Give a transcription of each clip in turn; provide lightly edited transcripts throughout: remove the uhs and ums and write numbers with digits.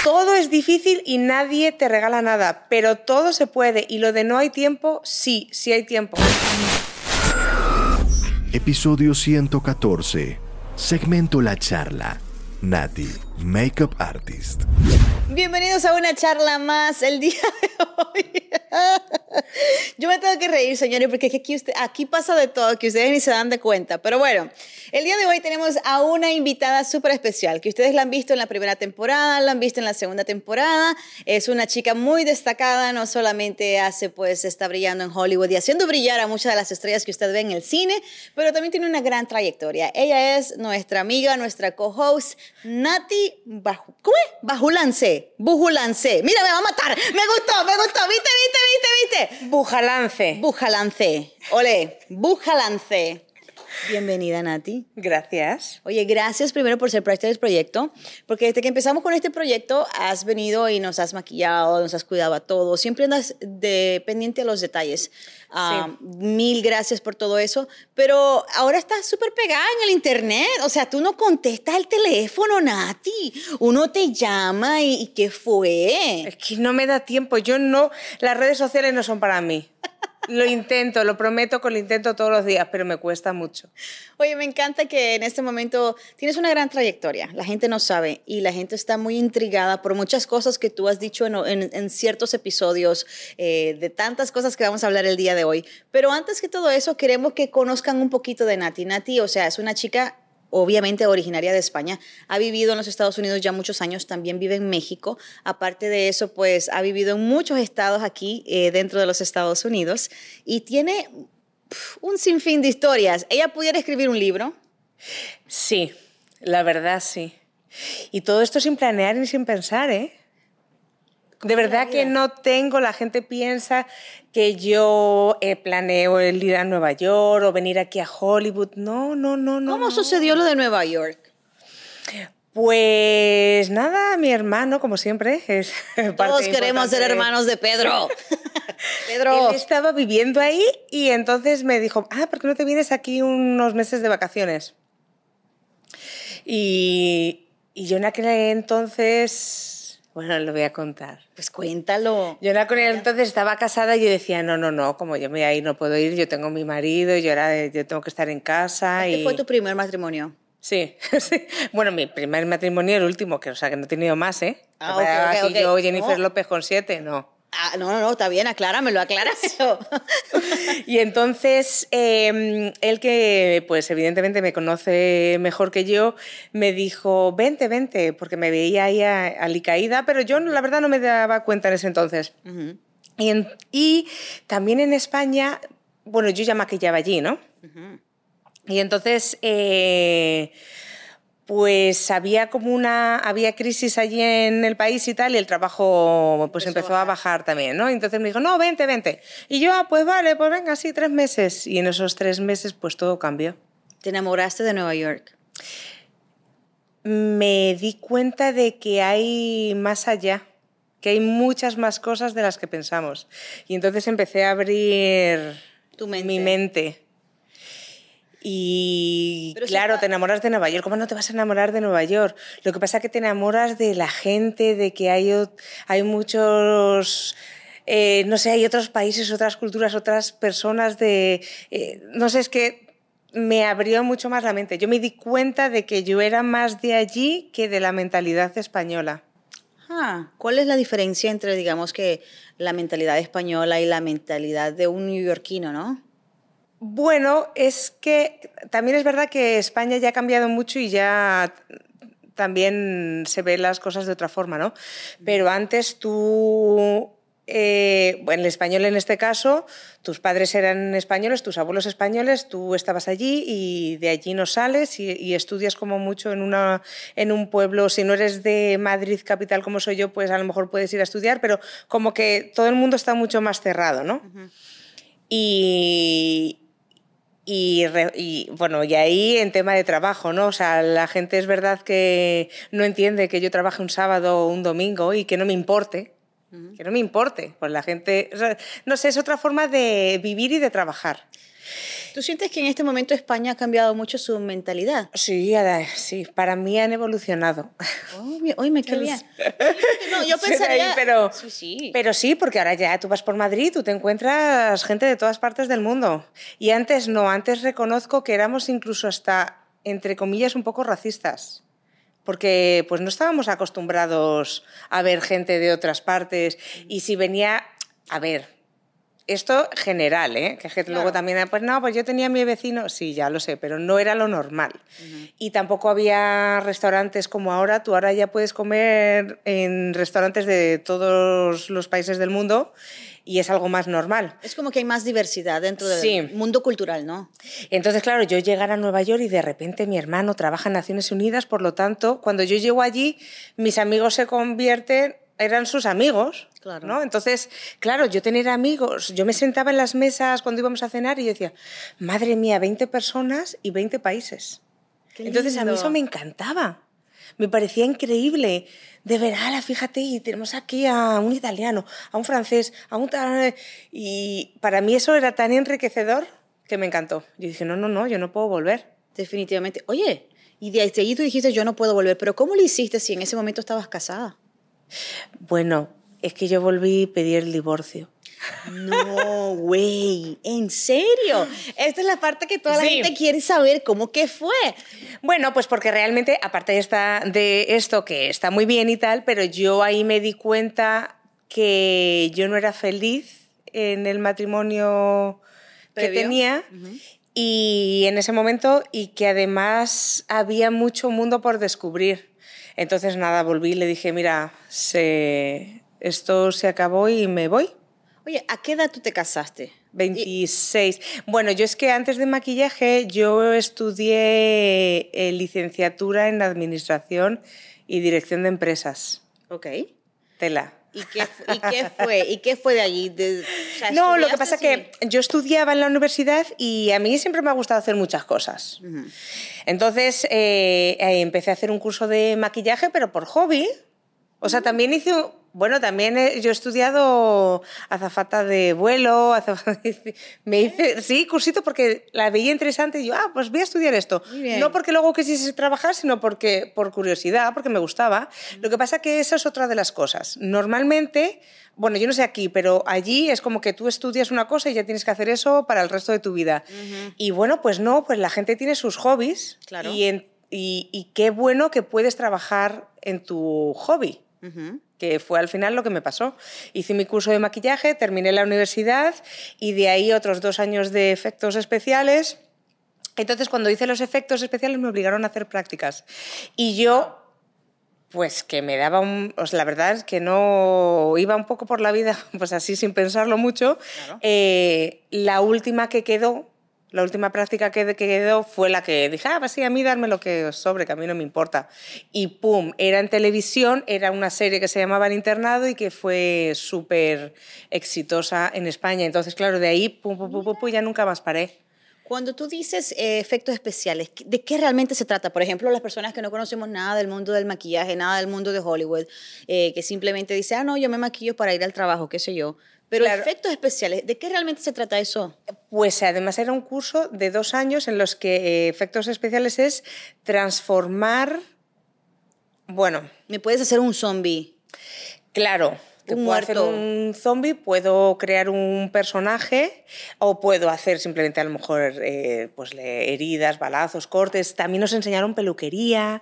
todo es difícil y nadie te regala nada, pero todo se puede. Y lo de no hay tiempo, sí, sí hay tiempo. Episodio 114. Segmento La Charla. Nati, Makeup Artist. Bienvenidos a una charla más el día de hoy. Yo me tengo que reír, señores, porque aquí pasa de todo, que ustedes ni se dan de cuenta. Pero bueno, el día de hoy tenemos a una invitada súper especial, que ustedes la han visto en la primera temporada, la han visto en la segunda temporada. Es una chica muy destacada, no solamente está brillando en Hollywood y haciendo brillar a muchas de las estrellas que usted ve en el cine, pero también tiene una gran trayectoria. Ella es nuestra amiga, nuestra co-host, Nati Bujulance. Mira, me va a matar. Me gustó. ¿Viste? Bujulance. Ole, Bujulance. Bienvenida, Nati. Gracias. Oye, gracias primero por ser parte del proyecto, porque desde que empezamos con este proyecto has venido y nos has maquillado, nos has cuidado a todos, siempre andas pendiente a los detalles. Sí. Mil gracias por todo eso, pero ahora estás súper pegada en el internet, o sea, tú no contestas el teléfono, Nati, uno te llama y ¿qué fue? Es que no me da tiempo, las redes sociales no son para mí. Lo intento, lo prometo que lo intento todos los días, pero me cuesta mucho. Oye, me encanta que en este momento tienes una gran trayectoria. La gente no sabe y la gente está muy intrigada por muchas cosas que tú has dicho en ciertos episodios, de tantas cosas que vamos a hablar el día de hoy. Pero antes que todo eso, queremos que conozcan un poquito de Nati. Nati, o sea, es una chica obviamente originaria de España, ha vivido en los Estados Unidos ya muchos años, también vive en México. Aparte de eso, pues ha vivido en muchos estados aquí dentro de los Estados Unidos y tiene un sinfín de historias. ¿Ella pudiera escribir un libro? Sí, la verdad sí. Y todo esto sin planear ni sin pensar, ¿eh? De verdad que no tengo, la gente piensa que yo planeo el ir a Nueva York o venir aquí a Hollywood. No. ¿Cómo sucedió lo de Nueva York? Pues nada, mi hermano, como siempre, es Todos queremos ser hermanos de Pedro. Pedro. Él estaba viviendo ahí y entonces me dijo, ¿por qué no te vienes aquí unos meses de vacaciones? Y yo en aquel entonces... Bueno, lo voy a contar. Pues cuéntalo. Yo en aquel entonces estaba casada y yo decía, no, como yo me voy a ir, no puedo ir, yo tengo mi marido, yo tengo que estar en casa. ¿Este fue tu primer matrimonio? Sí, sí. Bueno, mi primer matrimonio, el último, que no he tenido más, ¿eh? Okay. Yo, Jennifer López con 7, no. No, está bien, acláramelo. Y entonces, él que, pues evidentemente me conoce mejor que yo, me dijo, vente, porque me veía ahí alicaída, pero yo la verdad no me daba cuenta en ese entonces. Uh-huh. Y también en España, bueno, yo ya maquillaba allí, ¿no? Uh-huh. Y entonces... pues había crisis allí en el país y tal, y el trabajo pues empezó a bajar también, ¿no? Entonces me dijo, no, vente. Y yo, pues vale, pues venga, sí, 3 meses. Y en esos 3 meses pues todo cambió. ¿Te enamoraste de Nueva York? Me di cuenta de que hay más allá, que hay muchas más cosas de las que pensamos. Y entonces empecé a abrir mi mente. Y pero claro, te enamoras de Nueva York. ¿Cómo no te vas a enamorar de Nueva York? Lo que pasa es que te enamoras de la gente, de que hay muchos... hay otros países, otras culturas, otras personas es que me abrió mucho más la mente. Yo me di cuenta de que yo era más de allí que de la mentalidad española. ¿Cuál es la diferencia entre, digamos, que la mentalidad española y la mentalidad de un neoyorquino, no? Bueno, es que también es verdad que España ya ha cambiado mucho y ya también se ven las cosas de otra forma, ¿no? Pero antes tú, el español en este caso, tus padres eran españoles, tus abuelos españoles, tú estabas allí y de allí no sales y estudias como mucho en un pueblo. Si no eres de Madrid capital como soy yo, pues a lo mejor puedes ir a estudiar, pero como que todo el mundo está mucho más cerrado, ¿no? Uh-huh. Y ahí en tema de trabajo, ¿no? O sea, la gente es verdad que no entiende que yo trabaje un sábado o un domingo y que no me importe. Que no me importe. Pues la gente... O sea, no sé, es otra forma de vivir y de trabajar. ¿Tú sientes que en este momento España ha cambiado mucho su mentalidad? Sí, sí, para mí han evolucionado. Oye, qué bien. No, yo pensaría... Pero sí, porque ahora ya tú vas por Madrid, tú te encuentras gente de todas partes del mundo. Y antes no, antes reconozco que éramos incluso hasta, entre comillas, un poco racistas. Porque pues no estábamos acostumbrados a ver gente de otras partes. Y si venía... A ver, esto general, ¿eh? Que claro. Luego también, pues no, pues yo tenía a mi vecino, sí, ya lo sé, pero no era lo normal. Y tampoco había restaurantes como ahora. Tú ahora ya puedes comer en restaurantes de todos los países del mundo y es algo más normal. Es como que hay más diversidad dentro del mundo cultural, ¿no? Entonces, claro, yo llegar a Nueva York y de repente mi hermano trabaja en Naciones Unidas, por lo tanto, cuando yo llego allí, mis amigos se convierten... eran sus amigos, claro. ¿No? Entonces, claro, yo tener amigos, yo me sentaba en las mesas cuando íbamos a cenar y yo decía, madre mía, 20 personas y 20 países. Entonces a mí eso me encantaba, me parecía increíble. De verdad, fíjate, y tenemos aquí a un italiano, a un francés, a un... Y para mí eso era tan enriquecedor que me encantó. Yo dije, no, yo no puedo volver. Definitivamente. Oye, y de ahí tú dijiste, yo no puedo volver, pero ¿cómo lo hiciste si en ese momento estabas casada? Bueno, es que yo volví y pedí el divorcio. No, güey, ¿en serio? Esta es la parte que toda la gente quiere saber, ¿cómo que fue? Bueno, pues porque realmente, aparte de esto, que está muy bien y tal, pero yo ahí me di cuenta que yo no era feliz en el matrimonio que tenía. Y en ese momento, y que además había mucho mundo por descubrir. Entonces, nada, volví y le dije, mira, esto se acabó y me voy. Oye, ¿a qué edad tú te casaste? 26. Bueno, yo es que antes de maquillaje yo estudié licenciatura en Administración y Dirección de Empresas. Ok. Tela. ¿Y qué fue de allí? No, lo que pasa es que yo estudiaba en la universidad y a mí siempre me ha gustado hacer muchas cosas. Entonces empecé a hacer un curso de maquillaje, pero por hobby. O sea, también yo he estudiado azafata de vuelo, me hice, cursito porque la veía interesante y yo, pues voy a estudiar esto. No porque luego quisiese trabajar, sino por curiosidad, porque me gustaba. Lo que pasa que esa es otra de las cosas. Normalmente, bueno, yo no sé aquí, pero allí es como que tú estudias una cosa y ya tienes que hacer eso para el resto de tu vida. Y bueno, pues no, pues la gente tiene sus hobbies. Claro. Y qué bueno que puedes trabajar en tu hobby. Que fue al final lo que me pasó. Hice mi curso de maquillaje, terminé la universidad y de ahí otros 2 años de efectos especiales. Entonces, cuando hice los efectos especiales me obligaron a hacer prácticas. Y yo, pues que me daba la verdad es que no iba un poco por la vida, pues así sin pensarlo mucho. Claro. La última práctica que quedó fue la que dije, pues sí, a mí darme lo que os sobre, que a mí no me importa. Y pum, era en televisión, era una serie que se llamaba El Internado y que fue súper exitosa en España. Entonces, claro, de ahí, pum, ya nunca más paré. Cuando tú dices efectos especiales, ¿de qué realmente se trata? Por ejemplo, las personas que no conocemos nada del mundo del maquillaje, nada del mundo de Hollywood, que simplemente dicen, no, yo me maquillo para ir al trabajo, qué sé yo. Pero claro, efectos especiales, ¿de qué realmente se trata eso? Pues además era un curso de 2 años en los que efectos especiales es transformar... Bueno... ¿Me puedes hacer un zombie? Claro. Puedo hacer un zombie, puedo crear un personaje o puedo hacer simplemente a lo mejor heridas, balazos, cortes. También nos enseñaron peluquería,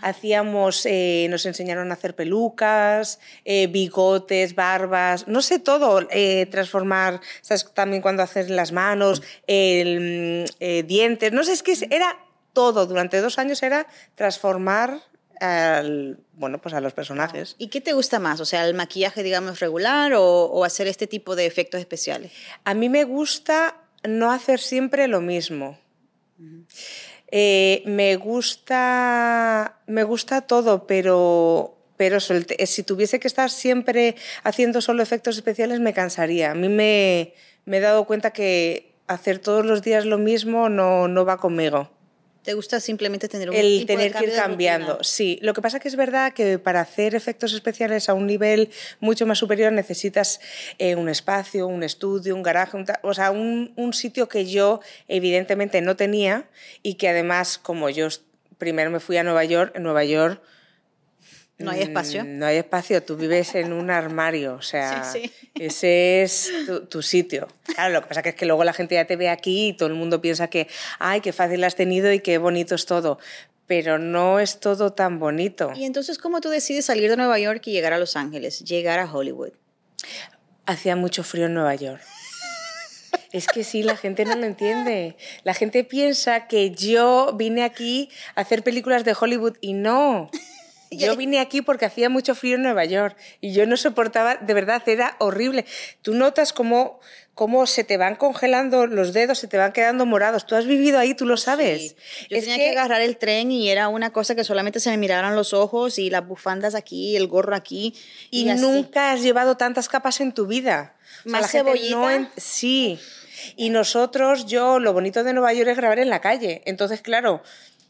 nos enseñaron a hacer pelucas, bigotes, barbas, no sé todo, transformar, ¿sabes? También cuando haces las manos, dientes, no sé, es que era todo, durante 2 años era transformar a los personajes. ¿Y qué te gusta más? O sea, ¿el maquillaje, digamos, regular o hacer este tipo de efectos especiales? A mí me gusta no hacer siempre lo mismo. Me gusta todo, pero si tuviese que estar siempre haciendo solo efectos especiales me cansaría. A mí me he dado cuenta que hacer todos los días lo mismo no va conmigo. ¿Te gusta simplemente tener un el tipo tener de que ir cambio de cambiando. rutina? Sí, lo que pasa que es verdad que para hacer efectos especiales a un nivel mucho más superior necesitas un espacio, un estudio, un garaje, o sea, un sitio que yo evidentemente no tenía y que además, como yo primero me fui a Nueva York, en Nueva York ¿No hay espacio? no hay espacio, tú vives en un armario, o sea, Sí, sí. ese es tu sitio. Claro, lo que pasa que es que luego la gente ya te ve aquí y todo el mundo piensa que, ay, qué fácil has tenido y qué bonito es todo, pero no es todo tan bonito. Y entonces, ¿cómo tú decides salir de Nueva York y llegar a Los Ángeles, llegar a Hollywood? Hacía mucho frío en Nueva York. Es que sí, la gente no lo entiende. La gente piensa que yo vine aquí a hacer películas de Hollywood y no. Yo vine aquí porque hacía mucho frío en Nueva York y yo no soportaba, de verdad, era horrible. Tú notas cómo se te van congelando los dedos, se te van quedando morados. Tú has vivido ahí, tú lo sabes. Sí. Yo tenía que agarrar el tren y era una cosa que solamente se me miraran los ojos y las bufandas aquí, el gorro aquí. Y así. nunca has llevado tantas capas en tu vida. O sea, ¿Más la gente cebollita? Sí. Y nosotros, lo bonito de Nueva York es grabar en la calle. Entonces, claro,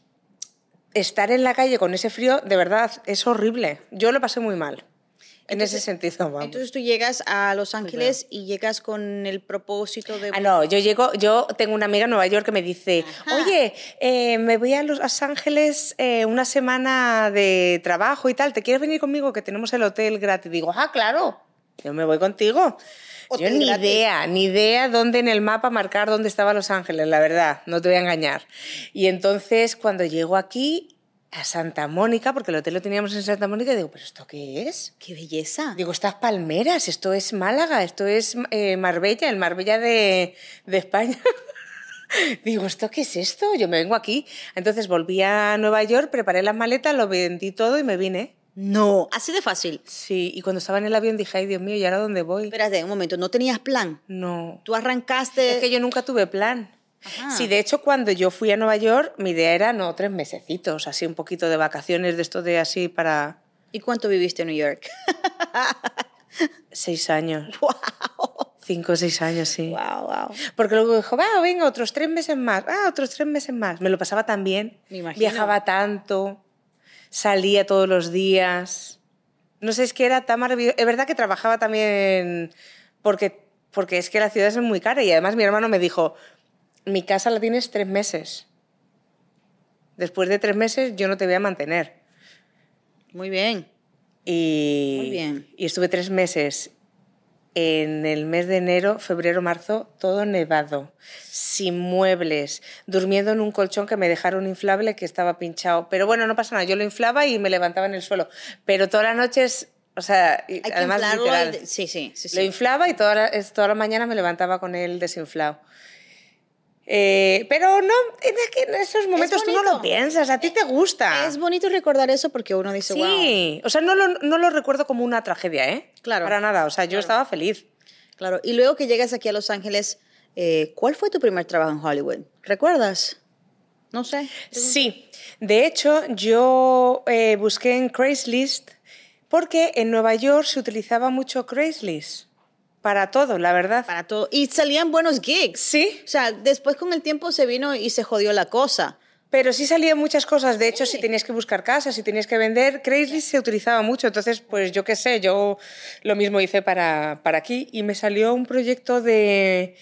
estar en la calle con ese frío, de verdad, es horrible. Yo lo pasé muy mal. En ese sentido, vamos. Entonces tú llegas a Los Ángeles y llegas con el propósito de... No, yo tengo una amiga en Nueva York que me dice, oye, me voy a Los Ángeles una semana de trabajo y tal, ¿te quieres venir conmigo que tenemos el hotel gratis? Digo, claro, yo me voy contigo. Yo ni idea dónde en el mapa marcar dónde estaba Los Ángeles, la verdad, no te voy a engañar. Y entonces cuando llego aquí a Santa Mónica, porque el hotel lo teníamos en Santa Mónica, digo, ¿pero esto qué es? ¡Qué belleza! Digo, estas palmeras, esto es Málaga, esto es Marbella, el Marbella de España. Digo, ¿esto qué es esto? Yo me vengo aquí. Entonces volví a Nueva York, preparé las maletas, lo vendí todo y me vine. No, así de fácil. Sí, y cuando estaba en el avión dije, ay, Dios mío, ¿y ahora dónde voy? Espérate un momento, ¿no tenías plan? No. Tú arrancaste... Es que yo nunca tuve plan. Ajá. Sí, de hecho, cuando yo fui a Nueva York, mi idea era, 3 mesecitos, así un poquito de vacaciones, de esto de así para... ¿Y cuánto viviste en New York? 6 años. ¡Wow! 5 o 6 años, sí. Wow. Porque luego dijo, venga, otros 3 meses más, otros 3 meses más. Me lo pasaba tan bien, Me imagino. viajaba tanto, salía todos los días. No sé, es que era tan maravilloso. Es verdad que trabajaba también porque es que la ciudad es muy cara y además mi hermano me dijo, mi casa la tienes 3 meses. Después de 3 meses yo no te voy a mantener. Muy bien. Muy bien. Y estuve 3 meses. En el mes de enero, febrero, marzo, todo nevado, sin muebles, durmiendo en un colchón que me dejaron inflable que estaba pinchado. Pero bueno, no pasa nada, yo lo inflaba y me levantaba en el suelo. Pero todas las noches, o sea, Hay que además inflarlo. literal, Sí. lo inflaba y todas las mañanas me levantaba con él desinflado. Pero no, en esos momentos tú no lo piensas, a ti te gusta. Es bonito recordar eso porque uno dice, wow. Sí, o sea, no lo recuerdo como una tragedia, ¿eh? Claro. Para nada, o sea, yo estaba feliz. Claro, y luego que llegas aquí a Los Ángeles, ¿cuál fue tu primer trabajo en Hollywood? ¿Recuerdas? No sé. Sí, de hecho yo busqué en Craigslist porque en Nueva York se utilizaba mucho Craigslist para todo, la verdad. Para todo. Y salían buenos gigs. Sí. O sea, después con el tiempo se vino y se jodió la cosa. Pero sí salían muchas cosas. De hecho, si tenías que buscar casas, si tenías que vender, Craigslist se utilizaba mucho. Entonces, pues yo qué sé, yo lo mismo hice para aquí y me salió un proyecto de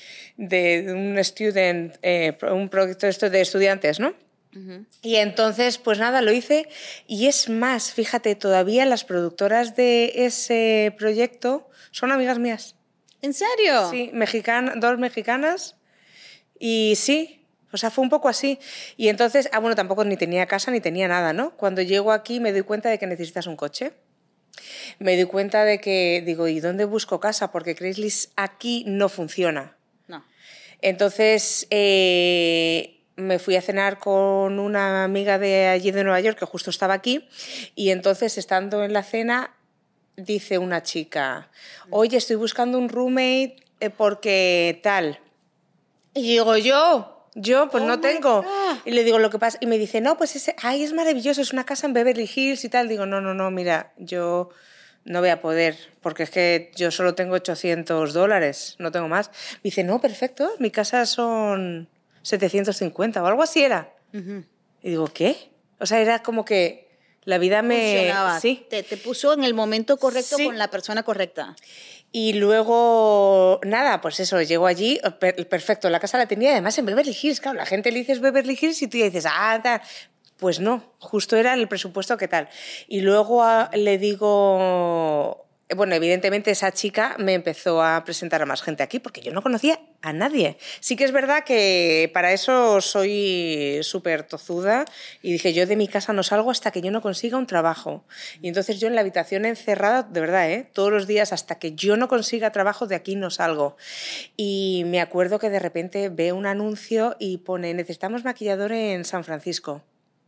un proyecto de estudiantes, ¿no? Uh-huh. Y entonces, pues nada, lo hice. Y es más, fíjate, todavía las productoras de ese proyecto son amigas mías. ¿En serio? Sí, 2 mexicanas. Y sí, o sea, fue un poco así. Y entonces, bueno, tampoco ni tenía casa ni tenía nada, ¿no? Cuando llego aquí me doy cuenta de que necesitas un coche. Me doy cuenta de que, digo, ¿y dónde busco casa? Porque Craigslist aquí no funciona. No. Entonces, me fui a cenar con una amiga de allí de Nueva York que justo estaba aquí. Y entonces, estando en la cena, dice una chica, oye, estoy buscando un roommate porque tal. Y digo, yo pues no tengo. Y le digo lo que pasa. Y me dice, no, pues es maravilloso, es una casa en Beverly Hills y tal. Digo, no, mira, yo no voy a poder, porque es que yo solo tengo $800, no tengo más. Me dice, no, perfecto, mi casa son 750 o algo así era. Uh-huh. Y digo, ¿qué? O sea, era como que la vida me... Funcionaba. Sí. Te puso en el momento correcto Sí. con la persona correcta. Y luego, nada, pues eso, llego allí, perfecto, la casa la tenía además en Beverly Hills, claro, la gente le dices Beverly Hills y tú ya dices, tal. Pues no, justo era el presupuesto que tal. Y luego le digo, bueno, evidentemente esa chica me empezó a presentar a más gente aquí porque yo no conocía a nadie. Sí que es verdad que para eso soy súper tozuda y dije, yo de mi casa no salgo hasta que yo no consiga un trabajo. Y entonces yo en la habitación encerrada, de verdad, todos los días hasta que yo no consiga trabajo de aquí no salgo. Y me acuerdo que de repente veo un anuncio y pone, necesitamos maquillador en San Francisco.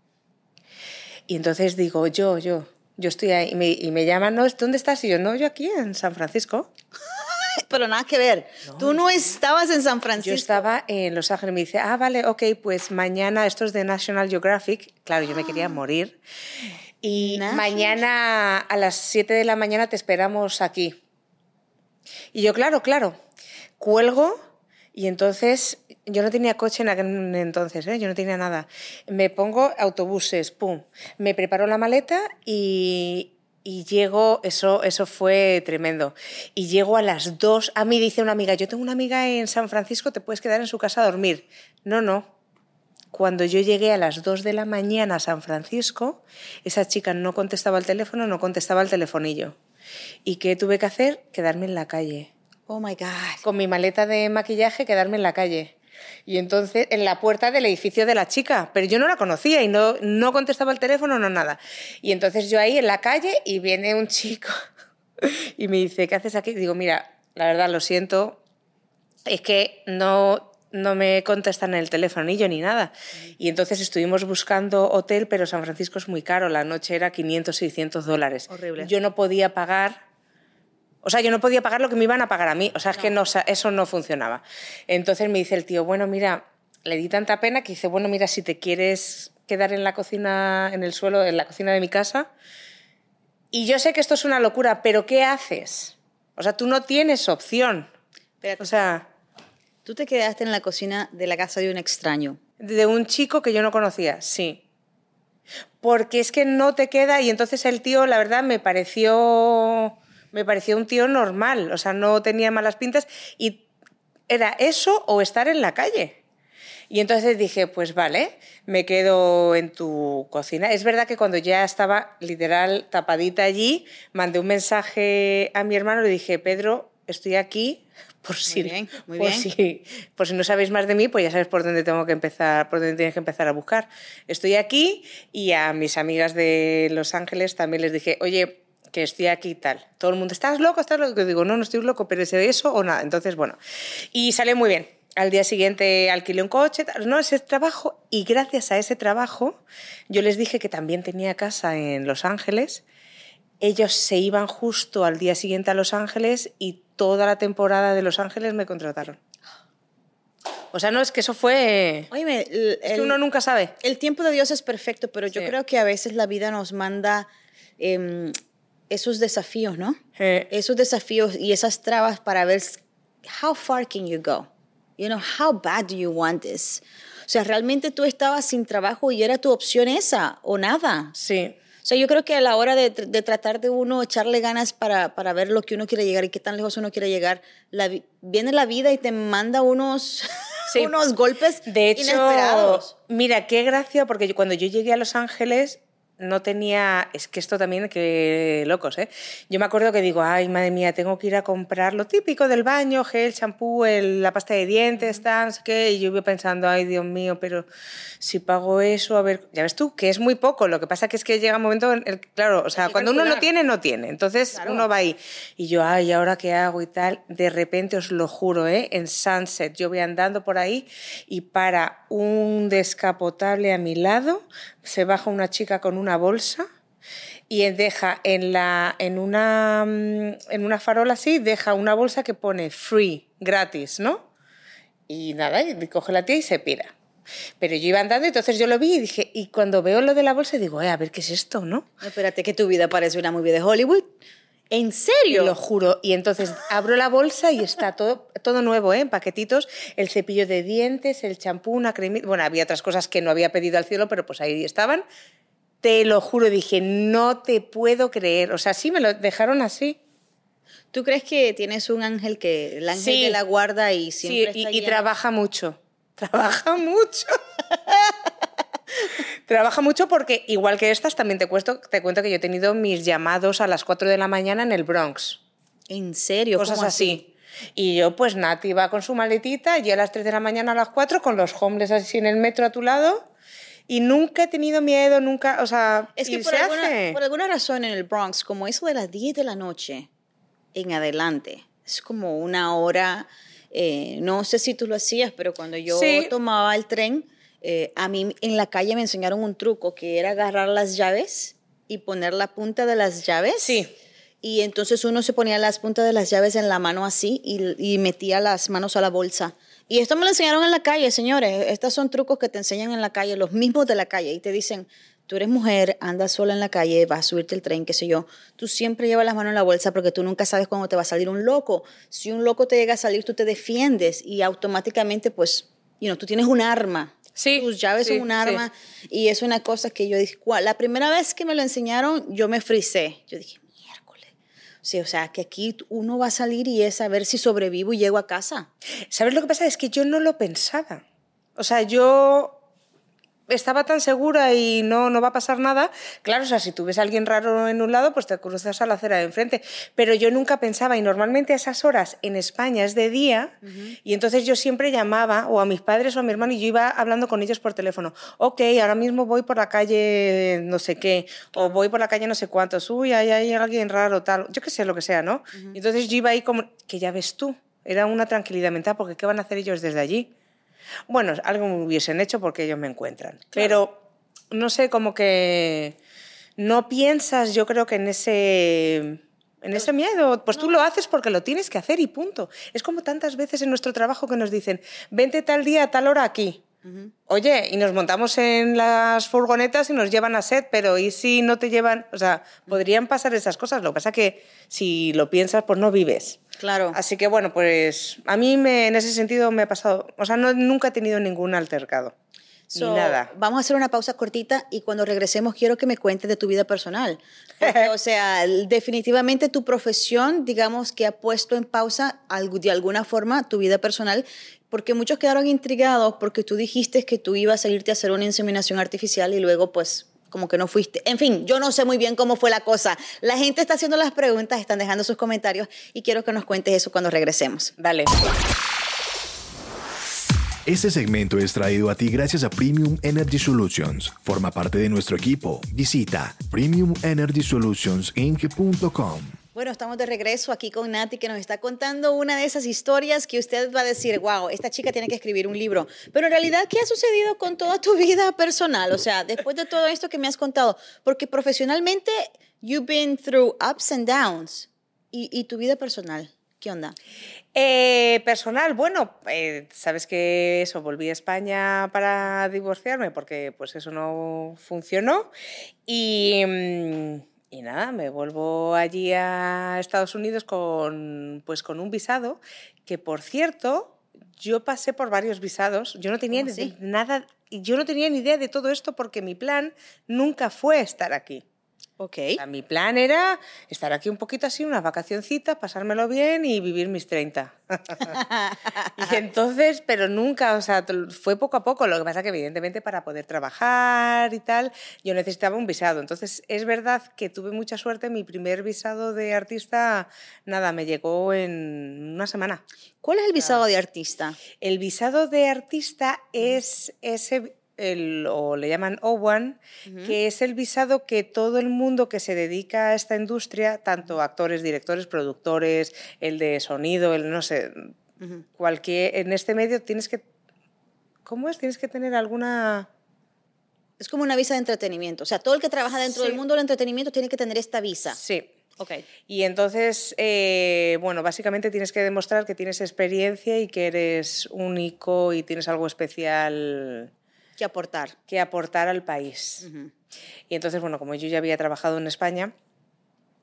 Y entonces digo, yo estoy ahí. Y me llaman, ¿no? ¿Dónde estás? Y yo aquí en San Francisco. Pero nada que ver. No, Tú no estabas en San Francisco. Yo estaba en Los Ángeles. Me dice, vale, ok, pues mañana, esto es de National Geographic. Claro, yo me quería morir. Y mañana a las 7 de la mañana te esperamos aquí. Y yo, claro, cuelgo. Y entonces, yo no tenía coche en aquel entonces, yo no tenía nada. Me pongo autobuses, pum, me preparo la maleta y llego, eso fue tremendo. Y llego a las 2, a mí dice una amiga, yo tengo una amiga en San Francisco, te puedes quedar en su casa a dormir. No. Cuando yo llegué a las 2 de la mañana a San Francisco, esa chica no contestaba el teléfono, no contestaba el telefonillo. ¿Y qué tuve que hacer? Quedarme en la calle. Oh, my God. Con mi maleta de maquillaje, quedarme en la calle. Y entonces, en la puerta del edificio de la chica. Pero yo no la conocía y no contestaba el teléfono, no nada. Y entonces yo ahí en la calle y viene un chico y me dice, ¿qué haces aquí? Digo, mira, la verdad, lo siento, es que no me contestan en el teléfono, ni yo ni nada. Y entonces estuvimos buscando hotel, pero San Francisco es muy caro. La noche era $500, $600. Horrible. Yo no podía pagar... O sea, yo no podía pagar lo que me iban a pagar a mí. O sea, es que eso no funcionaba. Entonces me dice el tío, bueno, mira, le di tanta pena que dice, bueno, mira, si te quieres quedar en la cocina, en el suelo, en la cocina de mi casa. Y yo sé que esto es una locura, pero ¿qué haces? O sea, tú no tienes opción. Espérate. O sea... Tú te quedaste en la cocina de la casa de un extraño. De un chico que yo no conocía, sí. Porque es que no te queda... Y entonces el tío, la verdad, me pareció un tío normal, o sea, no tenía malas pintas y era eso o estar en la calle. Y entonces dije, pues vale, me quedo en tu cocina. Es verdad que cuando ya estaba literal tapadita allí, mandé un mensaje a mi hermano y le dije, Pedro, estoy aquí por si no sabéis más de mí, pues ya sabes por dónde tengo que empezar, por dónde tienes que empezar a buscar. Estoy aquí y a mis amigas de Los Ángeles también les dije, oye, que estoy aquí y tal. Todo el mundo, ¿estás loco? Yo digo, no estoy loco, pero ¿es eso o nada? Entonces, bueno. Y salió muy bien. Al día siguiente alquilé un coche, ese trabajo. Y gracias a ese trabajo, yo les dije que también tenía casa en Los Ángeles. Ellos se iban justo al día siguiente a Los Ángeles y toda la temporada de Los Ángeles me contrataron. O sea, no, es que eso fue... Óyeme, es que uno nunca sabe. El tiempo de Dios es perfecto, pero yo creo que a veces la vida nos manda... esos desafíos, ¿no? Esos desafíos y esas trabas para ver how far can you go? You know, how bad do you want this? O sea, realmente tú estabas sin trabajo y era tu opción esa o nada. Sí. O sea, yo creo que a la hora de tratar de uno echarle ganas para ver lo que uno quiere llegar y qué tan lejos uno quiere llegar, viene la vida y te manda unos golpes de hecho, inesperados. Mira, qué gracia, porque cuando yo llegué a Los Ángeles... no tenía... Es que esto también, qué locos, ¿eh? Yo me acuerdo que digo, ay, madre mía, tengo que ir a comprar lo típico del baño, gel, champú, la pasta de dientes, tal, no sé qué, y yo iba pensando, ay, Dios mío, pero si pago eso, a ver... Ya ves tú, que es muy poco, lo que pasa que es que llega un momento, claro, o sea, cuando uno no tiene, no tiene, entonces uno va ahí. Y yo, ay, ¿ahora qué hago y tal? De repente, os lo juro, en Sunset, yo voy andando por ahí y para un descapotable a mi lado se baja una chica con una bolsa y deja en una farola así, deja una bolsa que pone free, gratis, ¿no? Y nada, y coge la tía y se pira. Pero yo iba andando y entonces yo lo vi y dije, y cuando veo lo de la bolsa digo, a ver qué es esto, ¿no? Espérate, que tu vida parece una movie de Hollywood. ¿En Te serio? lo juro. Y entonces abro la bolsa y está todo nuevo, ¿eh? En paquetitos. El cepillo de dientes, el champú, una cremita. Bueno, había otras cosas que no había pedido al cielo, pero pues ahí estaban. Te lo juro, dije, no te puedo creer. O sea, sí, me lo dejaron así. ¿Tú crees que tienes un ángel el ángel Sí. de la guarda y siempre Sí, está y lleno? trabaja mucho. Trabaja mucho. Trabaja mucho porque, igual que estas, también te cuento que yo he tenido mis llamados a las 4 de la mañana en el Bronx. ¿En serio? Cosas ¿Cómo así. Y yo, pues Nati va con su maletita, y a las 3 de la mañana a las 4 con los homeless así en el metro a tu lado. Y nunca he tenido miedo, nunca, o sea, Es que y se hace. por alguna razón en el Bronx, como eso de las 10 de la noche en adelante, es como una hora, no sé si tú lo hacías, pero cuando yo Sí. tomaba el tren, a mí en la calle me enseñaron un truco que era agarrar las llaves y poner la punta de las llaves. Sí. Y entonces uno se ponía las puntas de las llaves en la mano así y metía las manos a la bolsa. Y esto me lo enseñaron en la calle, señores. Estos son trucos que te enseñan en la calle, los mismos de la calle. Y te dicen, tú eres mujer, andas sola en la calle, vas a subirte el tren, qué sé yo. Tú siempre llevas las manos en la bolsa porque tú nunca sabes cuándo te va a salir un loco. Si un loco te llega a salir, tú te defiendes y automáticamente, pues, tú tienes un arma. Sí, Tus llaves sí, son un arma y es una cosa que yo dije, la primera vez que me lo enseñaron, yo me frisé. Yo dije, miércoles. Sí, o sea, que aquí uno va a salir y es a ver si sobrevivo y llego a casa. ¿Sabes lo que pasa? Es que yo no lo pensaba. O sea, yo estaba tan segura y no va a pasar nada. Claro, o sea, si tú ves a alguien raro en un lado, pues te cruzas a la acera de enfrente. Pero yo nunca pensaba, y normalmente a esas horas en España es de día, y entonces yo siempre llamaba o a mis padres o a mi hermano y yo iba hablando con ellos por teléfono. Ok, ahora mismo voy por la calle no sé qué, o voy por la calle no sé cuántos, uy, ahí hay alguien raro, tal, yo qué sé, lo que sea, ¿no? Y entonces yo iba ahí como, que ya ves tú, era una tranquilidad mental, porque ¿qué van a hacer ellos desde allí? Bueno, algo me hubiesen hecho porque ellos me encuentran. Claro. Pero, no sé, como que no piensas, yo creo que en ese miedo. Pues tú lo haces porque lo tienes que hacer y punto. Es como tantas veces en nuestro trabajo que nos dicen, vente tal día a tal hora aquí. Oye, y nos montamos en las furgonetas y nos llevan a set, pero ¿y si no te llevan? O sea, podrían pasar esas cosas. Lo que pasa es que si lo piensas, pues no vives. Claro. Así que bueno, pues a mí en ese sentido me ha pasado, o sea, nunca he tenido ningún altercado. Ni nada. Vamos a hacer una pausa cortita y cuando regresemos quiero que me cuentes de tu vida personal. Porque, o sea, definitivamente tu profesión, digamos que ha puesto en pausa de alguna forma tu vida personal, porque muchos quedaron intrigados porque tú dijiste que tú ibas a irte a hacer una inseminación artificial y luego pues como que no fuiste. En fin, yo no sé muy bien cómo fue la cosa. La gente está haciendo las preguntas, están dejando sus comentarios y quiero que nos cuentes eso cuando regresemos. Dale. Este segmento es traído a ti gracias a Premium Energy Solutions. Forma parte de nuestro equipo. Visita premiumenergysolutionsinc.com. Bueno, estamos de regreso aquí con Nati, que nos está contando una de esas historias que usted va a decir, wow, esta chica tiene que escribir un libro. Pero en realidad, ¿qué ha sucedido con toda tu vida personal? O sea, después de todo esto que me has contado, porque profesionalmente, you've been through ups and downs. ¿Y tu vida personal? ¿Qué onda? Personal, bueno, sabes que eso, volví a España para divorciarme porque pues eso no funcionó y nada, me vuelvo allí a Estados Unidos con un visado que, por cierto, yo pasé por varios visados, yo no tenía nada, yo no tenía ni idea de todo esto porque mi plan nunca fue estar aquí. Ok. O sea, mi plan era estar aquí un poquito así, unas vacacioncitas, pasármelo bien y vivir mis 30. Y entonces, pero nunca, o sea, fue poco a poco. Lo que pasa es que evidentemente para poder trabajar y tal, yo necesitaba un visado. Entonces, es verdad que tuve mucha suerte. Mi primer visado de artista, nada, me llegó en una semana. ¿Cuál es el visado de artista? El visado de artista es ese... o le llaman O1, que es el visado que todo el mundo que se dedica a esta industria, tanto actores, directores, productores, el de sonido, el no sé, cualquier, en este medio tienes que, ¿cómo es? Tienes que tener alguna... Es como una visa de entretenimiento, o sea, todo el que trabaja dentro del mundo del entretenimiento tiene que tener esta visa. Sí. Okay. Y entonces, bueno, básicamente tienes que demostrar que tienes experiencia y que eres único y tienes algo especial... que aportar al país. Y entonces, bueno, como yo ya había trabajado en España,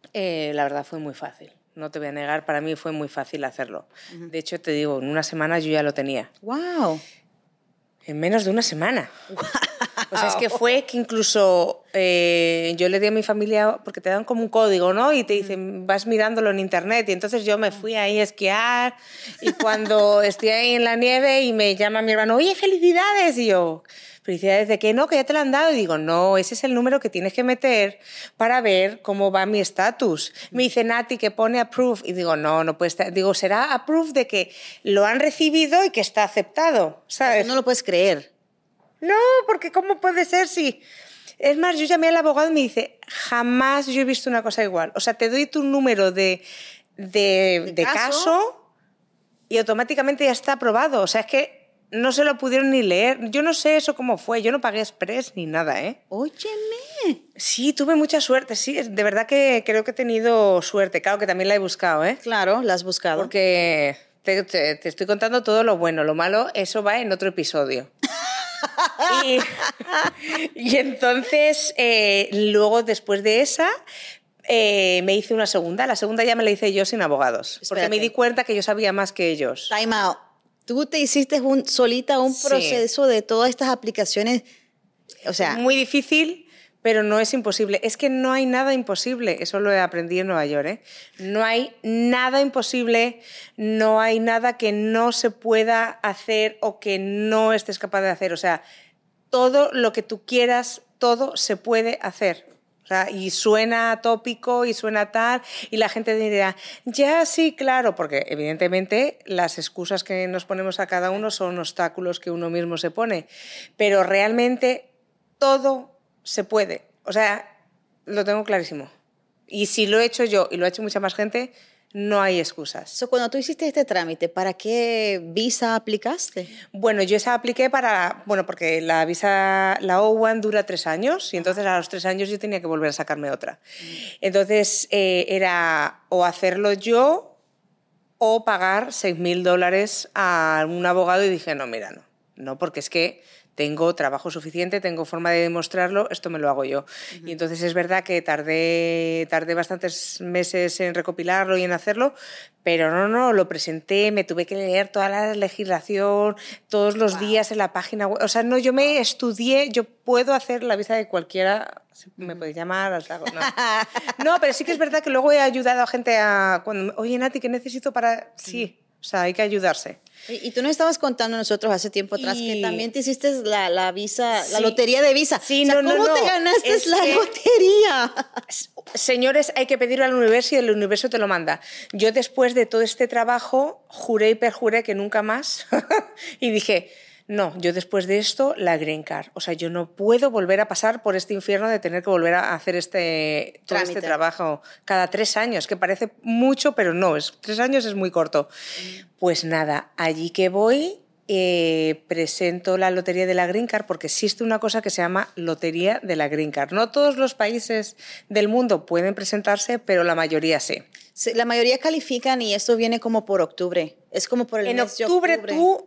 La verdad fue muy fácil. No te voy a negar, para mí fue muy fácil hacerlo. De hecho, te digo, en una semana yo ya lo tenía. ¡Wow! En menos de una semana. O sea, es que fue que incluso yo le di a mi familia, porque te dan como un código, ¿no? Y te dicen, vas mirándolo en internet. Y entonces yo me fui ahí a esquiar y cuando estoy ahí en la nieve y me llama mi hermano, oye, felicidades. Y yo, felicidades de qué, no, que ya te lo han dado. Y digo, no, ese es el número que tienes que meter para ver cómo va mi estatus. Me dice Nati que pone approve. Y digo, no puede estar. Digo, será approve de que lo han recibido y que está aceptado, ¿sabes? No lo puedes creer. No, porque ¿cómo puede ser si...? Es más, yo llamé al abogado y me dice, jamás yo he visto una cosa igual. O sea, te doy tu número de caso y automáticamente ya está aprobado. O sea, es que no se lo pudieron ni leer. Yo no sé eso cómo fue. Yo no pagué express ni nada, ¿eh? Óyeme. Sí, tuve mucha suerte. Sí, de verdad que creo que he tenido suerte. Claro que también la he buscado, ¿eh? Claro, la has buscado. Porque te estoy contando todo lo bueno. Lo malo, eso va en otro episodio. Y entonces, luego después de esa, me hice una segunda. La segunda ya me la hice yo sin abogados. Espérate. Porque me di cuenta que yo sabía más que ellos. Time out. Tú te hiciste solita un proceso de todas estas aplicaciones. O sea, Muy difícil, pero no es imposible. Es que no hay nada imposible. Eso lo he aprendido en Nueva York, ¿eh? No hay nada imposible, no hay nada que no se pueda hacer o que no estés capaz de hacer. O sea, todo lo que tú quieras, todo se puede hacer. O sea, y suena tópico y suena tal, y la gente dirá, ya sí, claro, porque evidentemente las excusas que nos ponemos a cada uno son obstáculos que uno mismo se pone, pero realmente todo se puede. O sea, lo tengo clarísimo. Y si lo he hecho yo y lo ha hecho mucha más gente, no hay excusas. Cuando tú hiciste este trámite, ¿para qué visa aplicaste? Bueno, yo esa apliqué porque la visa, la O1 dura 3 años y entonces a los 3 años yo tenía que volver a sacarme otra. Entonces era o hacerlo yo o pagar $6.000 a un abogado y dije, no, mira, no, porque es que tengo trabajo suficiente, tengo forma de demostrarlo, esto me lo hago yo. Y entonces es verdad que tardé bastantes meses en recopilarlo y en hacerlo, pero no, lo presenté, me tuve que leer toda la legislación, todos los días en la página web. O sea, no, yo me estudié, yo puedo hacer la visa de cualquiera, me podéis llamar, os hago, no. No, pero sí que es verdad que luego he ayudado a gente oye, Nati, ¿qué necesito para...? Sí, o sea, hay que ayudarse. Y tú nos estabas contando nosotros hace tiempo atrás que también te hiciste la visa, Sí. la lotería de visa. Sí, o sea, ¿cómo te ganaste la lotería? Señores, hay que pedirlo al universo y el universo te lo manda. Yo después de todo este trabajo juré y perjuré que nunca más y dije, no, yo después de esto la green card. O sea, yo no puedo volver a pasar por este infierno de tener que volver a hacer todo este trabajo cada 3 años, que parece mucho, pero no, 3 años es muy corto. Pues nada, allí que voy, presento la lotería de la green card porque existe una cosa que se llama lotería de la green card. No todos los países del mundo pueden presentarse, pero la mayoría sí. Sí, la mayoría califican y esto viene como por octubre. Es como por el mes de octubre. En octubre tú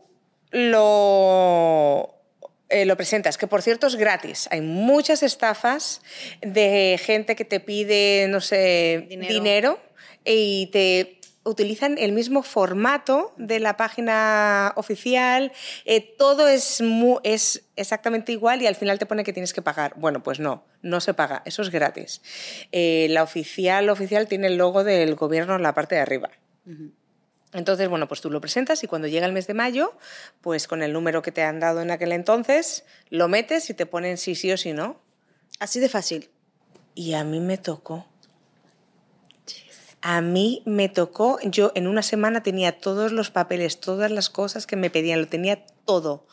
lo presentas, que por cierto es gratis. Hay muchas estafas de gente que te pide, no sé, dinero y te utilizan el mismo formato de la página oficial, todo es exactamente igual y al final te pone que tienes que pagar. Bueno, pues no se paga, eso es gratis. La oficial tiene el logo del gobierno en la parte de arriba. Entonces, bueno, pues tú lo presentas y cuando llega el mes de mayo, pues con el número que te han dado en aquel entonces, lo metes y te ponen sí o sí no. Así de fácil. Y a mí me tocó. Yo en una semana tenía todos los papeles, todas las cosas que me pedían, lo tenía todo.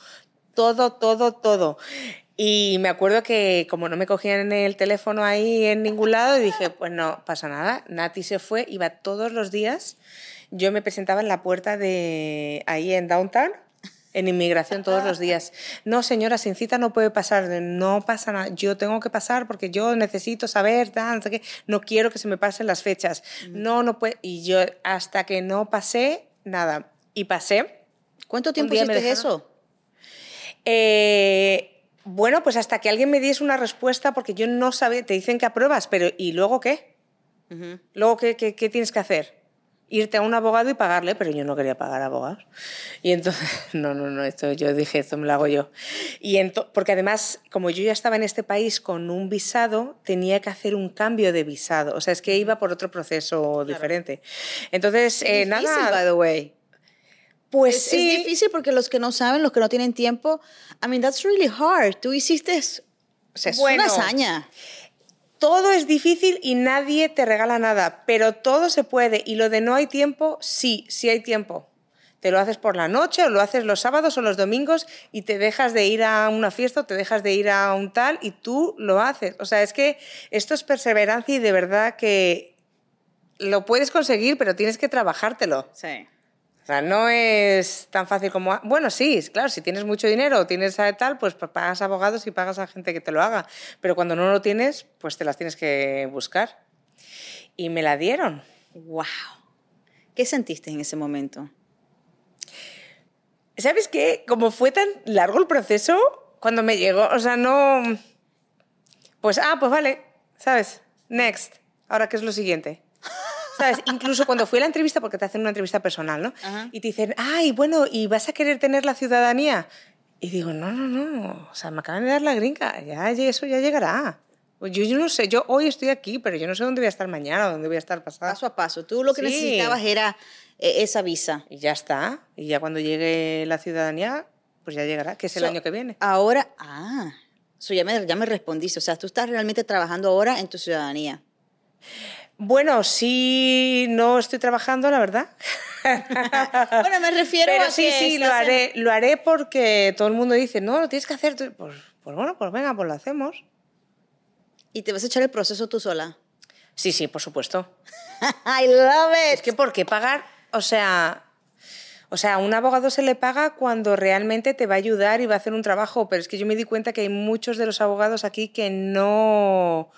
Y me acuerdo que como no me cogían el teléfono ahí en ningún lado, dije, pues no pasa nada. Nati se fue, iba todos los días. Yo me presentaba en la puerta de ahí en Downtown, en inmigración todos los días. No, señora, sin cita no puede pasar. No pasa nada. Yo tengo que pasar porque yo necesito saber, no quiero que se me pasen las fechas. No puede. Y yo hasta que no pasé, nada. Y pasé. ¿Cuánto tiempo hiciste eso? Bueno, pues hasta que alguien me diese una respuesta porque yo no sabía. Te dicen que apruebas, pero ¿y luego qué? Luego, ¿qué tienes que hacer? Irte a un abogado y pagarle, pero yo no quería pagar abogados. Y entonces, no, esto yo dije, esto me lo hago yo. Porque además, como yo ya estaba en este país con un visado, tenía que hacer un cambio de visado. O sea, es que iba por otro proceso diferente. Entonces, Es difícil, nada... by the way. Pues sí. Es difícil porque los que no saben, los que no tienen tiempo, I mean, that's really hard. Tú hiciste, o sea, es una hazaña. Todo es difícil y nadie te regala nada, pero todo se puede. Y lo de no hay tiempo, sí hay tiempo. Te lo haces por la noche o lo haces los sábados o los domingos y te dejas de ir a una fiesta o te dejas de ir a un tal y tú lo haces. O sea, es que esto es perseverancia y de verdad que lo puedes conseguir, pero tienes que trabajártelo. Sí. O sea, no es tan fácil como... Bueno, sí, claro, si tienes mucho dinero o tienes tal, pues pagas abogados y pagas a gente que te lo haga. Pero cuando no lo tienes, pues te las tienes que buscar. Y me la dieron. ¡Wow! ¿Qué sentiste en ese momento? ¿Sabes qué? Como fue tan largo el proceso, cuando me llegó, o sea, no... Pues vale, ¿sabes? Next. Ahora, ¿qué es lo siguiente? ¿Sabes? Incluso cuando fui a la entrevista, porque te hacen una entrevista personal, ¿no? Ajá. Y te dicen, bueno, ¿y vas a querer tener la ciudadanía? Y digo, no, o sea, me acaban de dar la gringa, eso ya llegará. Yo no sé, yo hoy estoy aquí, pero yo no sé dónde voy a estar mañana o dónde voy a estar pasado. Paso a paso. Tú lo que necesitabas era esa visa. Y ya está. Y ya cuando llegue la ciudadanía, pues ya llegará, que es el año que viene. Ahora, ya me respondiste. O sea, tú estás realmente trabajando ahora en tu ciudadanía. Bueno, sí, no estoy trabajando, la verdad. Bueno, me refiero pero a sí, que sí, lo haré porque todo el mundo dice, no, lo tienes que hacer. Pues bueno, pues venga, pues lo hacemos. ¿Y te vas a echar el proceso tú sola? Sí, por supuesto. I love it. Es que ¿por qué pagar? O sea, a un abogado se le paga cuando realmente te va a ayudar y va a hacer un trabajo, pero es que yo me di cuenta que hay muchos de los abogados aquí que no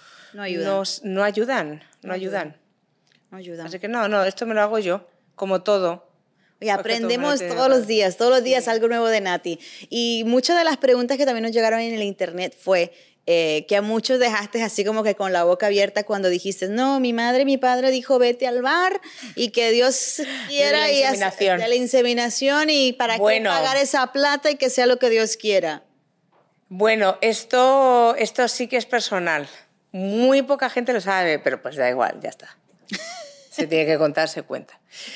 ayudan. No ayudan. Así que no, esto me lo hago yo, como todo. Oye, aprendemos todos los días algo nuevo de Nati. Y muchas de las preguntas que también nos llegaron en el internet fue que a muchos dejaste así como que con la boca abierta cuando dijiste, no, mi madre y mi padre dijo vete al bar y que Dios quiera de la inseminación y para qué pagar esa plata y que sea lo que Dios quiera. Bueno, esto sí que es personal. Muy poca gente lo sabe, pero pues da igual, ya está. Se tiene que contar, se cuenta.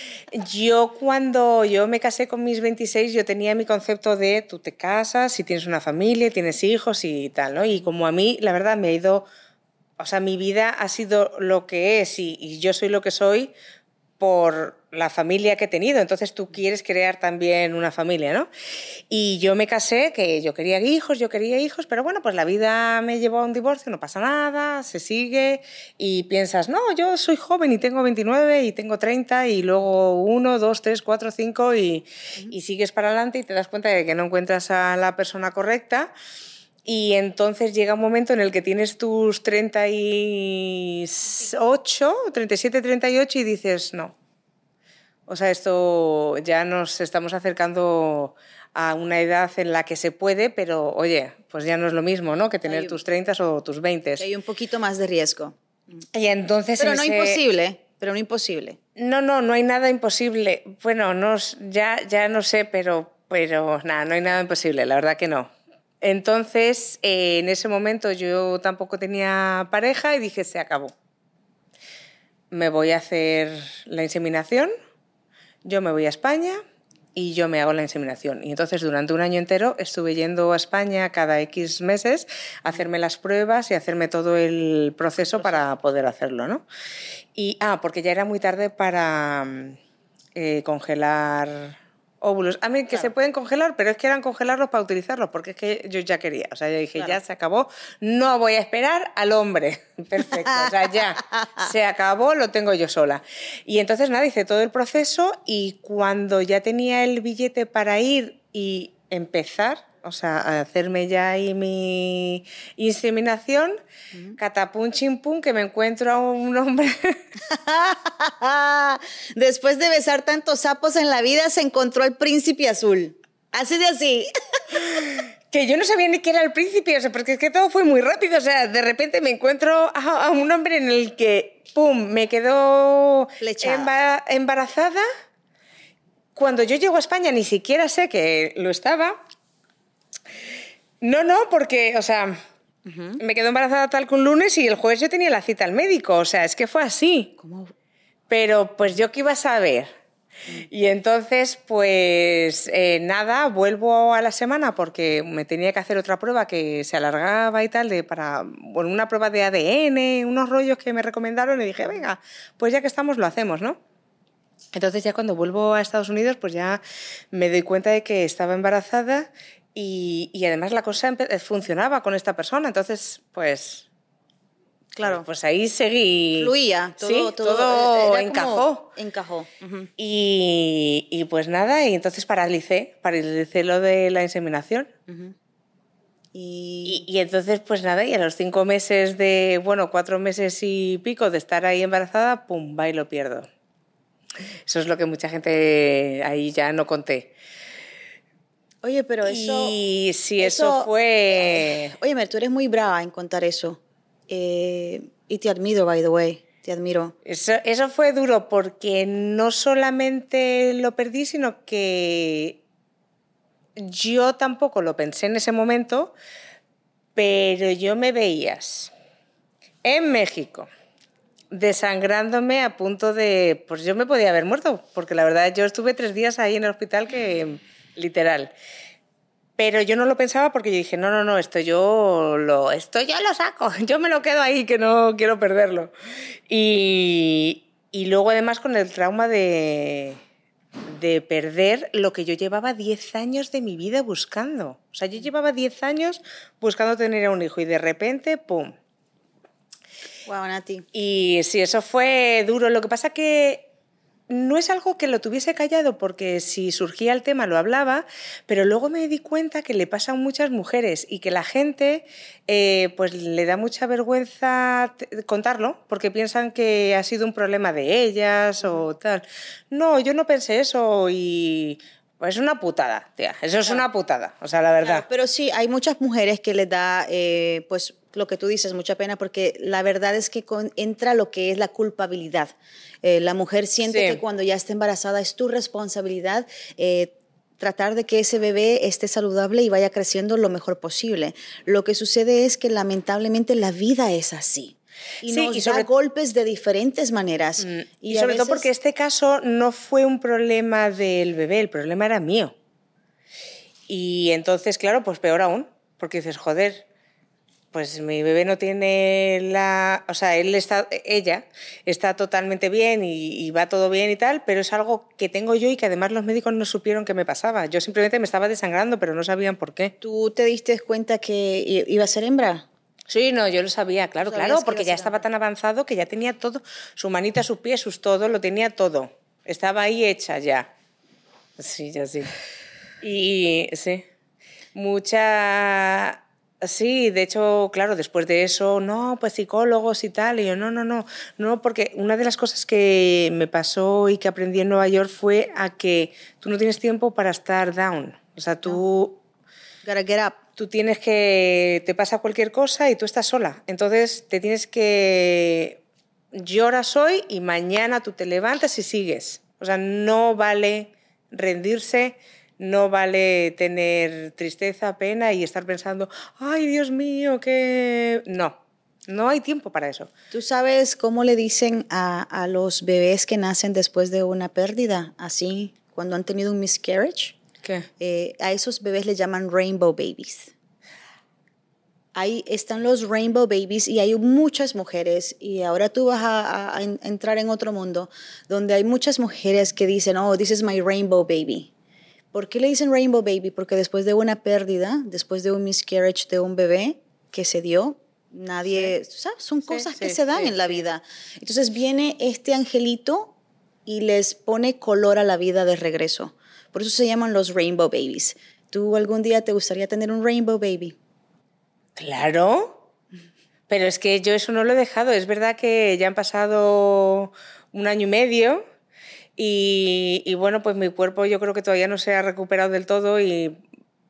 Cuando yo me casé con mis 26, yo tenía mi concepto de tú te casas y tienes una familia, tienes hijos y tal, ¿no? Y como a mí, la verdad, me ha ido... O sea, mi vida ha sido lo que es y yo soy lo que soy por la familia que he tenido. Entonces tú quieres crear también una familia, ¿no? Y yo me casé, que yo quería hijos, pero bueno, pues la vida me llevó a un divorcio, no pasa nada, se sigue y piensas, no, yo soy joven y tengo 29 y tengo 30 y luego 1, 2, 3, 4, 5 y sigues para adelante y te das cuenta de que no encuentras a la persona correcta. Y entonces llega un momento en el que tienes tus 38, 37, 38 y dices, no. O sea, esto ya nos estamos acercando a una edad en la que se puede, pero oye, pues ya no es lo mismo, ¿no? Que tener tus 30 o tus 20. Hay un poquito más de riesgo. Y entonces pero no imposible. No hay nada imposible. Bueno, ya no sé, pero nada, no hay nada imposible, la verdad que no. Entonces, en ese momento yo tampoco tenía pareja y dije, se acabó. Me voy a hacer la inseminación, yo me voy a España y yo me hago la inseminación. Y entonces durante un año entero estuve yendo a España cada X meses a hacerme las pruebas y hacerme todo el proceso para poder hacerlo, ¿no? Y, porque ya era muy tarde para congelar óvulos. A mí que se pueden congelar, pero es que eran congelarlos para utilizarlos, porque es que yo ya quería. O sea, yo dije, ya se acabó, no voy a esperar al hombre. Perfecto, o sea, ya se acabó, lo tengo yo sola. Y entonces, nada, hice todo el proceso y cuando ya tenía el billete para ir y empezar, o sea, a hacerme ya ahí mi inseminación, catapum chimpum, que me encuentro a un hombre. Después de besar tantos sapos en la vida, se encontró el príncipe azul. Así de así. que yo no sabía ni que era el príncipe, o sea, porque es que todo fue muy rápido, o sea, de repente me encuentro a un hombre en el que, pum, me quedó embarazada. Cuando yo llego a España ni siquiera sé que lo estaba. No, porque, o sea, me quedó embarazada tal que un lunes y el jueves yo tenía la cita al médico, o sea, es que fue así. ¿Cómo? Pero pues yo qué iba a saber. Y entonces, pues nada, vuelvo a la semana porque me tenía que hacer otra prueba que se alargaba y tal, bueno, una prueba de ADN, unos rollos que me recomendaron y dije, venga, pues ya que estamos lo hacemos, ¿no? Entonces ya cuando vuelvo a Estados Unidos, pues ya me doy cuenta de que estaba embarazada y además la cosa funcionaba con esta persona, entonces pues... Claro. Pues ahí seguí. Fluía, todo encajó. Encajó. Uh-huh. Y pues nada, y entonces paralicé lo de la inseminación. Uh-huh. Y entonces, pues nada, y a los 5 meses 4 meses y pico de estar ahí embarazada, pum, va y lo pierdo. Eso es lo que mucha gente ahí ya no conté. Oye, pero eso... Y sí, eso fue... Oye, tú eres muy brava en contar eso. Y te admiro, by the way, te admiro. Eso fue duro porque no solamente lo perdí, sino que yo tampoco lo pensé en ese momento, pero yo me veías en México desangrándome a punto de... Pues yo me podía haber muerto, porque la verdad yo estuve 3 días ahí en el hospital que literal... Pero yo no lo pensaba porque yo dije, no, esto yo lo saco, yo me lo quedo ahí, que no quiero perderlo. Y luego además con el trauma de perder lo que yo llevaba 10 años de mi vida buscando. O sea, yo llevaba 10 años buscando tener un hijo y de repente, ¡pum! Wow, Nati. Y sí, eso fue duro. Lo que pasa que no es algo que lo tuviese callado porque si surgía el tema lo hablaba, pero luego me di cuenta que le pasa a muchas mujeres y que la gente pues le da mucha vergüenza contarlo porque piensan que ha sido un problema de ellas o tal. No, yo no pensé eso y... Pues es una putada, tía. Eso es una putada, o sea, la verdad. Claro, pero sí, hay muchas mujeres que les da, pues, lo que tú dices, mucha pena, porque la verdad es que entra lo que es la culpabilidad. La mujer siente que cuando ya está embarazada es tu responsabilidad tratar de que ese bebé esté saludable y vaya creciendo lo mejor posible. Lo que sucede es que lamentablemente la vida es así. Y nos da golpes de diferentes maneras. Y sobre todo porque este caso no fue un problema del bebé, el problema era mío. Y entonces, claro, pues peor aún, porque dices, joder, pues mi bebé no tiene o sea, ella está totalmente bien y va todo bien y tal, pero es algo que tengo yo y que además los médicos no supieron qué me pasaba. Yo simplemente me estaba desangrando, pero no sabían por qué. ¿Tú te diste cuenta que iba a ser hembra? Sí, no, yo lo sabía, claro, porque ya estaba tan avanzado que ya tenía todo, su manita, sus pies, sus todo, lo tenía todo. Estaba ahí hecha ya. Sí, ya sí. Y sí, sí, de hecho, claro, después de eso, no, pues psicólogos y tal, y yo, no, porque una de las cosas que me pasó y que aprendí en Nueva York fue a que tú no tienes tiempo para estar down, o sea, tú... Gotta get up. Tú tienes que... Te pasa cualquier cosa y tú estás sola. Entonces te tienes que... Lloras hoy y mañana tú te levantas y sigues. O sea, no vale rendirse, no vale tener tristeza, pena y estar pensando, ay, Dios mío, qué... No hay tiempo para eso. ¿Tú sabes cómo le dicen a los bebés que nacen después de una pérdida? Así, cuando han tenido un miscarriage. ¿Qué? A esos bebés les llaman rainbow babies. Ahí están los rainbow babies y hay muchas mujeres, y ahora tú vas a entrar en otro mundo donde hay muchas mujeres que dicen, oh, this is my rainbow baby. ¿Por qué le dicen rainbow baby? Porque después de una pérdida, después de un miscarriage de un bebé que se dio, nadie, ¿sabes? Son cosas que se dan en la vida. Entonces viene este angelito y les pone color a la vida de regreso. Por eso se llaman los rainbow babies. ¿Tú algún día te gustaría tener un rainbow baby? Claro, pero es que yo eso no lo he dejado. Es verdad que ya han pasado 1 año y medio y bueno, pues mi cuerpo yo creo que todavía no se ha recuperado del todo y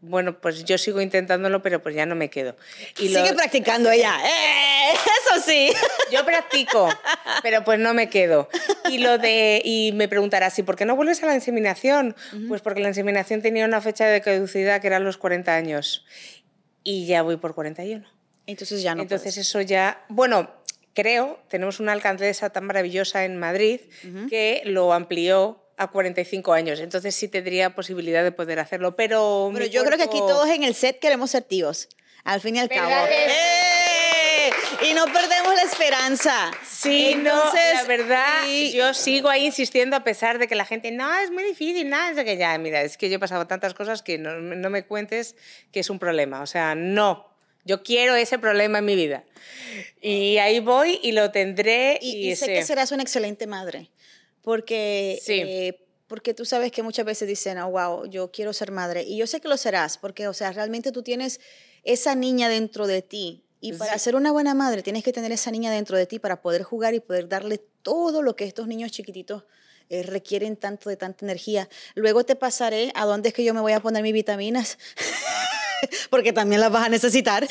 bueno, pues yo sigo intentándolo, pero pues ya no me quedo. Sigue practicando ella. Eso sí. Yo practico, pero pues no me quedo. Y me preguntarás, ¿y por qué no vuelves a la inseminación? Pues porque la inseminación tenía una fecha de caducidad que eran los 40 años. Y ya voy por 41. Entonces ya no Entonces puedes. eso ya... Bueno, creo, tenemos una alcaldesa tan maravillosa en Madrid que lo amplió a 45 años. Entonces sí tendría posibilidad de poder hacerlo, pero yo creo que aquí todos en el set queremos ser tíos, al fin y al cabo. Y no perdemos la esperanza. Sí, entonces, no, la verdad, yo sigo ahí insistiendo a pesar de que la gente, no, es muy difícil, nada, es que ya, mira, es que yo he pasado tantas cosas que no me cuentes que es un problema. O sea, no, yo quiero ese problema en mi vida. Y ahí voy y lo tendré. Y sé que serás una excelente madre. Porque tú sabes que muchas veces dicen, oh, wow, yo quiero ser madre. Y yo sé que lo serás, porque, o sea, realmente tú tienes esa niña dentro de ti. Y para ser una buena madre tienes que tener esa niña dentro de ti para poder jugar y poder darle todo lo que estos niños chiquititos requieren tanto de tanta energía. Luego te pasaré a dónde es que yo me voy a poner mis vitaminas, porque también las vas a necesitar.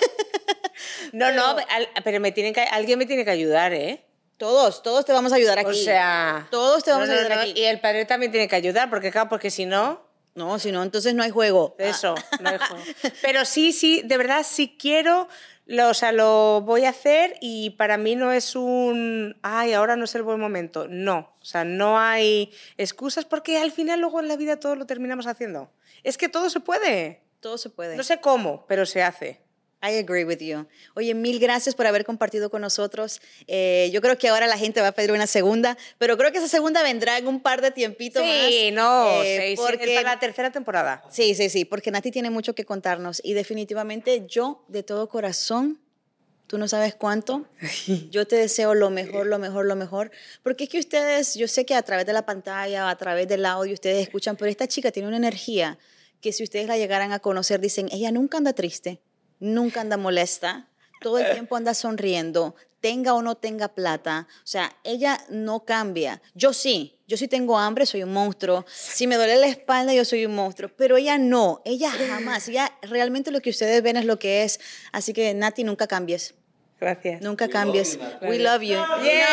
No, pero alguien me tiene que ayudar, ¿eh? Todos te vamos a ayudar aquí. O sea... Todos te vamos a ayudar aquí. Y el padre también tiene que ayudar, porque si no... No, si no, entonces no hay juego. Eso, no hay juego. Pero sí, de verdad, sí quiero, lo voy a hacer y para mí no es ahora no es el buen momento. No, o sea, no hay excusas porque al final luego en la vida todo lo terminamos haciendo. Es que todo se puede. Todo se puede. No sé cómo, pero se hace. I agree with you. Oye, mil gracias por haber compartido con nosotros. Yo creo que ahora la gente va a pedir una segunda, pero creo que esa segunda vendrá en un par de tiempitos más. Sí, porque para la tercera temporada. Sí, porque Nati tiene mucho que contarnos y definitivamente yo, de todo corazón, tú no sabes cuánto, yo te deseo lo mejor, porque es que ustedes, yo sé que a través de la pantalla, a través del audio, ustedes escuchan, pero esta chica tiene una energía que si ustedes la llegaran a conocer, dicen, ella nunca anda triste. Nunca anda molesta, todo el tiempo anda sonriendo, tenga o no tenga plata. O sea, ella no cambia. Yo sí tengo hambre, soy un monstruo. Si me duele la espalda, yo soy un monstruo. Pero ella no, ella jamás. Ella realmente lo que ustedes ven es lo que es. Así que, Nati, nunca cambies. Gracias. Nunca cambies. We love you. Yeah.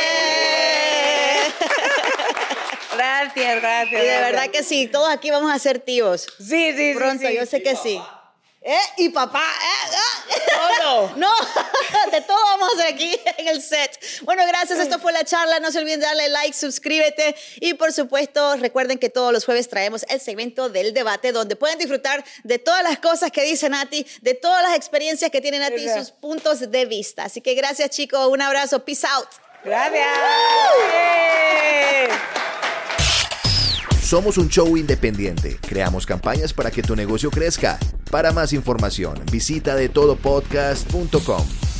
Gracias. Y de verdad que sí, todos aquí vamos a ser tíos. Sí. Pronto, sí. Yo sé que sí. Y papá. Todo. No, de todo vamos a hacer aquí en el set. Bueno, gracias. Esto fue La Charla. No se olviden de darle like, suscríbete. Y por supuesto, recuerden que todos los jueves traemos el segmento del debate, donde pueden disfrutar de todas las cosas que dice Nati, de todas las experiencias que tiene Nati y sus puntos de vista. Así que gracias, chicos. Un abrazo. Peace out. Gracias. Somos un show independiente. Creamos campañas para que tu negocio crezca. Para más información, visita detodopodcast.com.